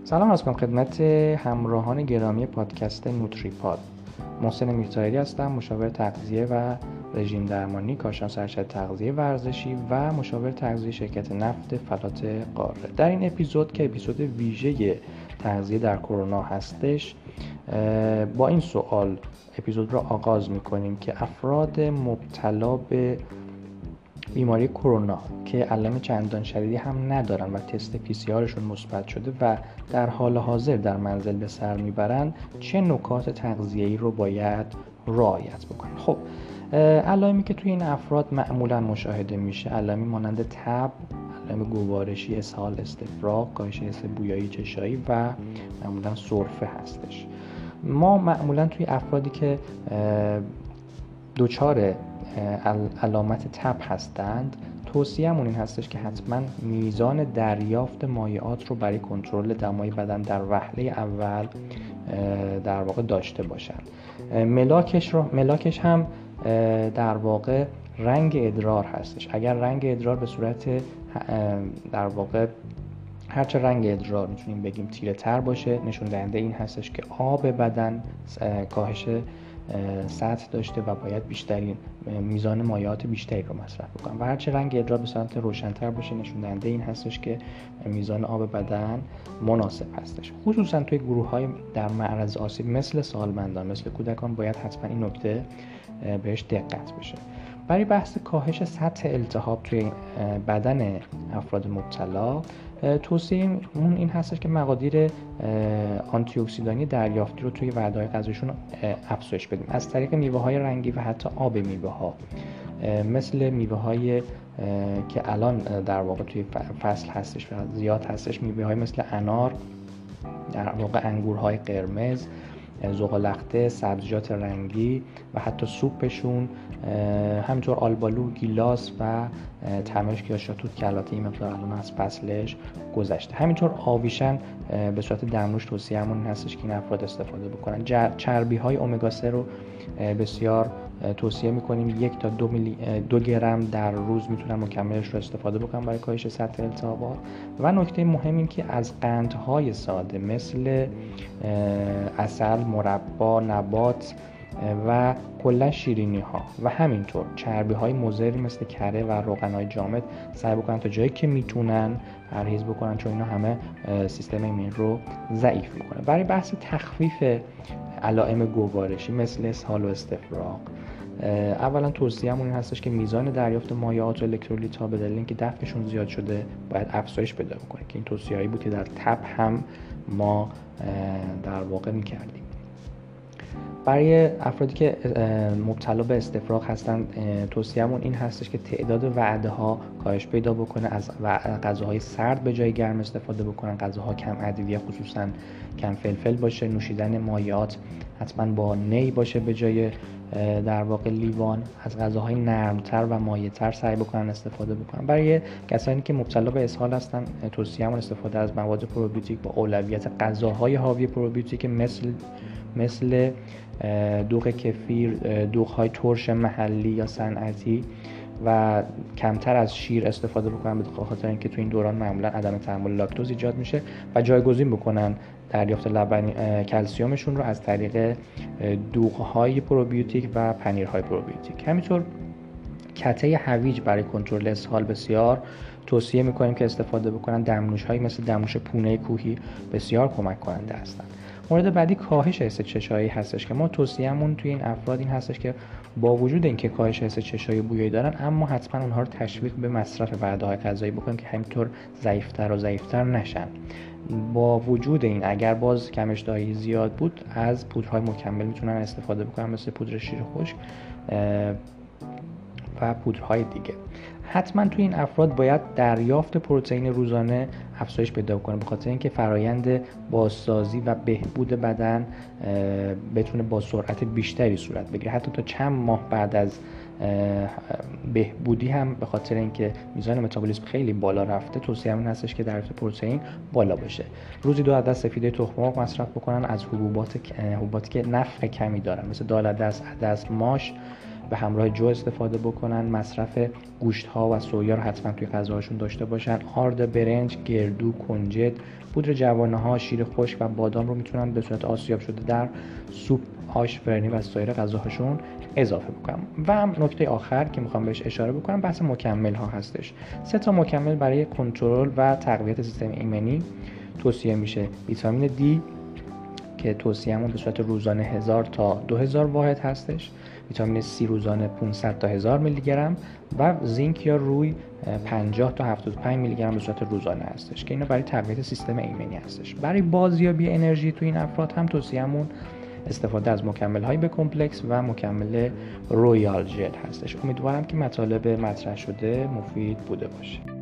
سلام عرض می‌کنم خدمت همراهان گرامی پادکست نوتریپاد. محسن میرطاهری هستم، مشاور تغذیه و رژیم درمانی، کارشناس ارشد تغذیه ورزشی و مشاور تغذیه شرکت نفت فلات قاره. در این اپیزود که اپیزود ویژه تغذیه در کرونا هستش، با این سوال اپیزود را آغاز می‌کنیم که افراد مبتلا به بیماری کرونا که علائم چندان شدیدی هم ندارن و تست PCR شون مثبت شده و در حال حاضر در منزل به سر میبرن، چه نکات تغذیه‌ای رو باید رعایت بکنن؟ خب، علائمی که توی این افراد معمولا مشاهده میشه علائمی مانند تب، علائم گوارشی، اسهال، استفراغ، کاهش حس بویایی چشایی و معمولا سرفه هستش. ما معمولا توی افرادی که دچار علامت تب هستند توصیه‌مون این هستش که حتما میزان دریافت مایعات رو برای کنترل دمای بدن در وهله اول در واقع داشته باشند. ملاکش هم در واقع رنگ ادرار هستش. اگر رنگ ادرار به صورت در واقع هرچه رنگ ادرار میتونیم بگیم تیره تر باشه، نشون دهنده این هستش که آب بدن کاهش سطح داشته و باید بیشترین میزان مایعات بیشتری رو مصرف بکنن و هرچه رنگ ادرار به صورت روشن‌تر باشه، نشون دهنده این هستش که میزان آب بدن مناسب هستش. خصوصا توی گروه‌های در معرض آسیب مثل سالمندان، مثل کودکان باید حتما این نکته بهش دقت بشه. برای بحث کاهش سطح التهاب توی بدن افراد مبتلا، توصیه‌مون این هستش که مقادیر آنتی اکسیدانی دریافتی رو توی وعده‌های غذایشون افزایش بدیم از طریق میوه‌های رنگی و حتی آب میوه‌ها، مثل میوه‌های که الان در واقع توی فصل هستش و زیاد هستش، میوه‌های مثل انار، در واقع انگورهای قرمز، زغال‌لخته، سبزیجات رنگی و حتی سوپشون، همینطور آلبالو، گیلاس و تمشک یا شاتوت که البته این مقدار الان از فصلش گذشته. همینطور آویشن به صورت دمنوش توصیه‌مون هستش که این افراد استفاده بکنن. چربی‌های امگا 3 رو بسیار توصیه می‌کنیم. 1 تا 2 گرم در روز میتونن مکملش رو استفاده بکنن برای کاهش سطح التهابات. و نکته مهم این که از قندهای ساده مثل عسل، مربا، نبات و کلا شیرینی ها و همینطور چربی های مضری مثل کره و روغن های جامد سعی بکنن تا جایی که میتونن پرهیز بکنن، چون اینا همه سیستم ایمنی رو ضعیف میکنه. برای بحث تخفیف علائم گوارشی مثل اسهال و استفراغ، اولا توصیه‌مون این هستش که میزان دریافت مایعات و الکترولیت ها به دلیل اینکه دفعشون زیاد شده باید افزایش پیدا بکنه که این توصیه‌ای بود که در تب هم ما در واقع میکردیم. برای افرادی که مبتلا به استفراغ هستن توصیه‌مون این هستش که تعداد وعده ها کاهش پیدا بکنه، از غذاهای سرد به جای گرم استفاده بکنن، غذاها کم ادویه خصوصا کم فلفل باشه، نوشیدن مایعات حتما با نی باشه به جای در واقع لیوان، از غذاهای نرمتر و مایع‌تر سعی بکنن استفاده بکنن. برای کسانی که مبتلا به اسهال هستن توصیه‌مون استفاده از مواد پروبیوتیک با اولویت غذاهای حاوی پروبیوتیک مثل دوغ کفیر، دوغ‌های ترش محلی یا صنعتی و کمتر از شیر استفاده بکنن، به خاطر اینکه تو این دوران معمولا عدم تحمل لاکتوز ایجاد میشه، و جایگزین بکنن دریافت کلسیومشون رو از طریق دوغ‌های پروبیوتیک و پنیرهای پروبیوتیک. همینطور کته هویج برای کنترل اسهال بسیار توصیه میکنیم که استفاده بکنن. دمنوش‌هایی مثل دمنوش پونه کوهی بسیار کمک کننده هستند. مورد بعدی کاهش حس چشایی هستش که ما توصیه‌مون توی این افراد این هستش که با وجود اینکه کاهش حس چشایی بویایی دارن، اما حتما اونها رو تشویق به مصرف وعده‌های غذایی بکنیم که همینطور ضعیف‌تر نشن. با وجود این اگر باز کم اشتهایی زیاد بود، از پودرهای مکمل میتونن استفاده بکنن مثل پودر شیر خشک و پودرهای دیگه. حتما توی این افراد باید دریافت پروتئین روزانه افزایش پیدا کنه، به خاطر اینکه فرایند بازسازی و بهبود بدن بتونه با سرعت بیشتری صورت بگیره. حتی تا چند ماه بعد از بهبودی هم، به خاطر اینکه میزان متابولیسم خیلی بالا رفته، توصیه‌مون هستش که دریافت پروتئین بالا باشه. روزی 2 عدد سفیده تخم مرغ مصرف بکنن از حبوباتی که نفع کمی دارن، مثل دال عدس، ماش به همراه جو استفاده بکنن. مصرف گوشت ها و سویا رو حتما توی غذاهاشون داشته باشن. آرد برنج، گردو، کنجد، پودر جوانه ها، شیر خشک و بادام رو میتونن به صورت آسیاب شده در سوپ، آش، فرنی و سایر غذاهاشون اضافه بکنم. و نکته آخر که میخوام بهش اشاره بکنم بحث مکمل ها هستش. 3 تا مکمل برای کنترل و تقویت سیستم ایمنی توصیه میشه. ویتامین دی که توصیه‌مون به صورت روزانه 1000 تا 2000 واحد هستش. ویتامین C روزانه 500 تا 1000 میلی گرم و زینک یا روی 50 تا 75 میلی گرم به صورت روزانه هستش که اینا برای تقویت سیستم ایمنی هستش. برای بازیابی انرژی تو این افراد هم توصیه‌مون استفاده از مکمل‌های به کمپلکس و مکمل رویال ژل هستش. امیدوارم که مطالب مطرح شده مفید بوده باشه.